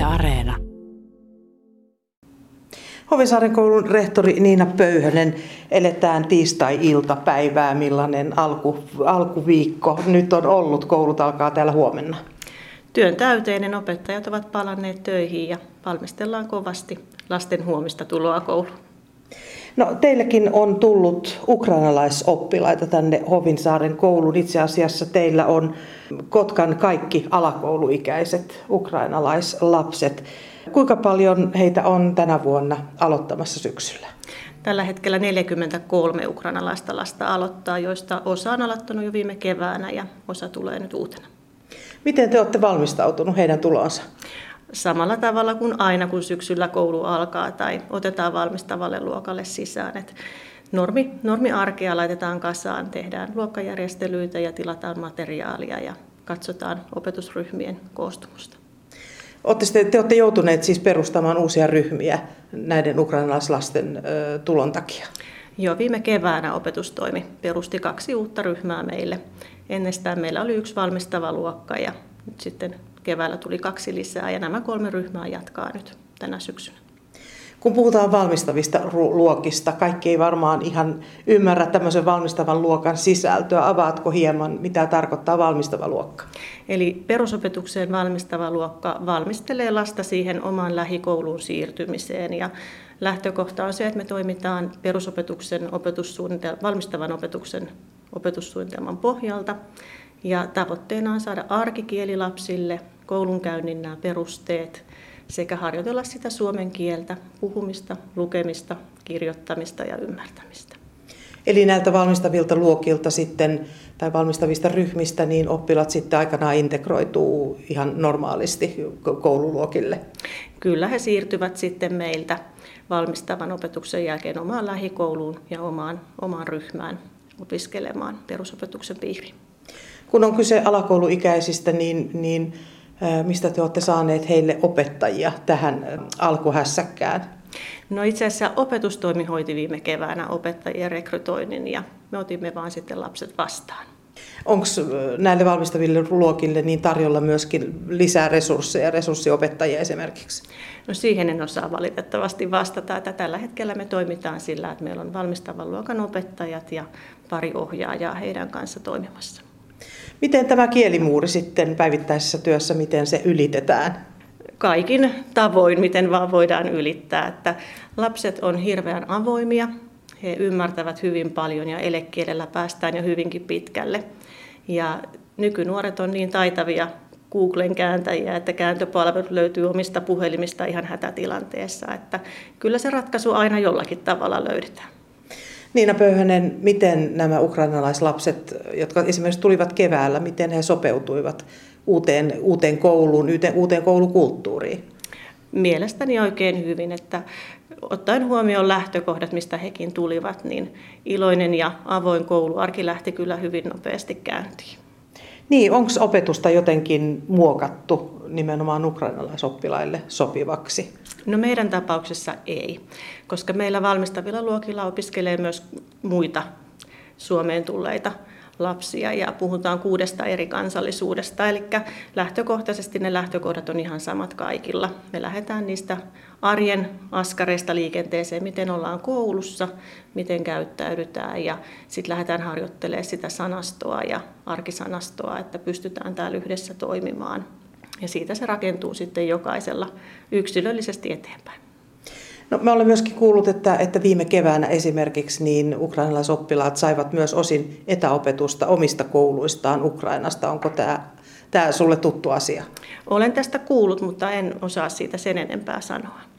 Areena. Hovisaaren koulun rehtori Niina Pöyhönen, eletään tiistai-iltapäivää, millainen alkuviikko nyt on ollut, koulut alkaa täällä huomenna. Työn täyteinen, opettajat ovat palanneet töihin ja valmistellaan kovasti lasten huomista tuloa kouluun. No, teilläkin on tullut ukrainalaisoppilaita tänne Hovisaaren kouluun. Itse asiassa teillä on Kotkan kaikki alakouluikäiset ukrainalaislapset. Kuinka paljon heitä on tänä vuonna aloittamassa syksyllä? Tällä hetkellä 43 ukrainalaista lasta aloittaa, joista osa on aloittanut jo viime keväänä ja osa tulee nyt uutena. Miten te olette valmistautunut heidän tulonsa? Samalla tavalla kuin aina, kun syksyllä koulu alkaa tai otetaan valmistavalle luokalle sisään. Et normiarkea laitetaan kasaan, tehdään luokkajärjestelyitä ja tilataan materiaalia ja katsotaan opetusryhmien koostumusta. Te olette joutuneet siis perustamaan uusia ryhmiä näiden ukrainalaislasten tulon takia? Joo, viime keväänä opetustoimi perusti 2 uutta ryhmää meille. Ennestään meillä oli 1 valmistava luokka ja nyt sitten keväällä tuli 2 lisää ja nämä 3 ryhmää jatkaa nyt tänä syksynä. Kun puhutaan valmistavista luokista, kaikki ei varmaan ihan ymmärrä tämmöisen valmistavan luokan sisältöä. Avaatko hieman, mitä tarkoittaa valmistava luokka? Eli perusopetukseen valmistava luokka valmistelee lasta siihen oman lähikouluun siirtymiseen. Ja lähtökohta on se, että me toimitaan perusopetuksen valmistavan opetuksen opetussuunnitelman pohjalta. Ja tavoitteena on saada arkikieli lapsille, koulunkäynnin nämä perusteet, sekä harjoitella sitä suomen kieltä, puhumista, lukemista, kirjoittamista ja ymmärtämistä. Eli näiltä valmistavilta luokilta sitten, tai valmistavista ryhmistä, niin oppilaat sitten aikanaan integroituu ihan normaalisti koululuokille? Kyllä he siirtyvät sitten meiltä valmistavan opetuksen jälkeen omaan lähikouluun ja omaan ryhmään opiskelemaan perusopetuksen piiriin. Kun on kyse alakouluikäisistä, niin mistä te olette saaneet heille opettajia tähän alkuhässäkkään? No itse asiassa opetustoimi hoiti viime keväänä opettajien rekrytoinnin ja me otimme vaan sitten lapset vastaan. Onko näille valmistaville luokille niin tarjolla myöskin lisää resursseja, resurssiopettajia esimerkiksi? No siihen en osaa valitettavasti vastata, että tällä hetkellä me toimitaan sillä, että meillä on valmistavan luokan opettajat ja pari ohjaajaa heidän kanssa toimimassa. Miten tämä kielimuuri sitten päivittäisessä työssä, miten se ylitetään? Kaikin tavoin, miten vaan voidaan ylittää. Että lapset on hirveän avoimia, he ymmärtävät hyvin paljon ja elekielellä päästään jo hyvinkin pitkälle. Ja nykynuoret on niin taitavia Googlen kääntäjiä, että kääntöpalvelut löytyy omista puhelimista ihan hätätilanteessa. Että kyllä se ratkaisu aina jollakin tavalla löydetään. Niina Pöyhönen, miten nämä ukrainalaislapset, jotka esimerkiksi tulivat keväällä, miten he sopeutuivat uuteen kouluun, uuteen koulukulttuuriin? Mielestäni oikein hyvin, että ottaen huomioon lähtökohdat, mistä hekin tulivat, niin iloinen ja avoin kouluarki lähti kyllä hyvin nopeasti käyntiin. Niin, onko opetusta jotenkin muokattu nimenomaan ukrainalaisoppilaille sopivaksi? No meidän tapauksessa ei, koska meillä valmistavilla luokilla opiskelee myös muita Suomeen tulleita lapsia ja puhutaan 6 eri kansallisuudesta. Eli lähtökohtaisesti ne lähtökohdat on ihan samat kaikilla. Me lähdetään niistä arjen askareista liikenteeseen, miten ollaan koulussa, miten käyttäydytään ja sitten lähdetään harjoittelemaan sitä sanastoa ja arkisanastoa, että pystytään täällä yhdessä toimimaan. Ja siitä se rakentuu sitten jokaisella yksilöllisesti eteenpäin. No, mä olen myöskin kuullut, että viime keväänä esimerkiksi niin ukrainalaisoppilaat saivat myös osin etäopetusta omista kouluistaan Ukrainasta. Onko tämä sulle tuttu asia? Olen tästä kuullut, mutta en osaa siitä sen enempää sanoa.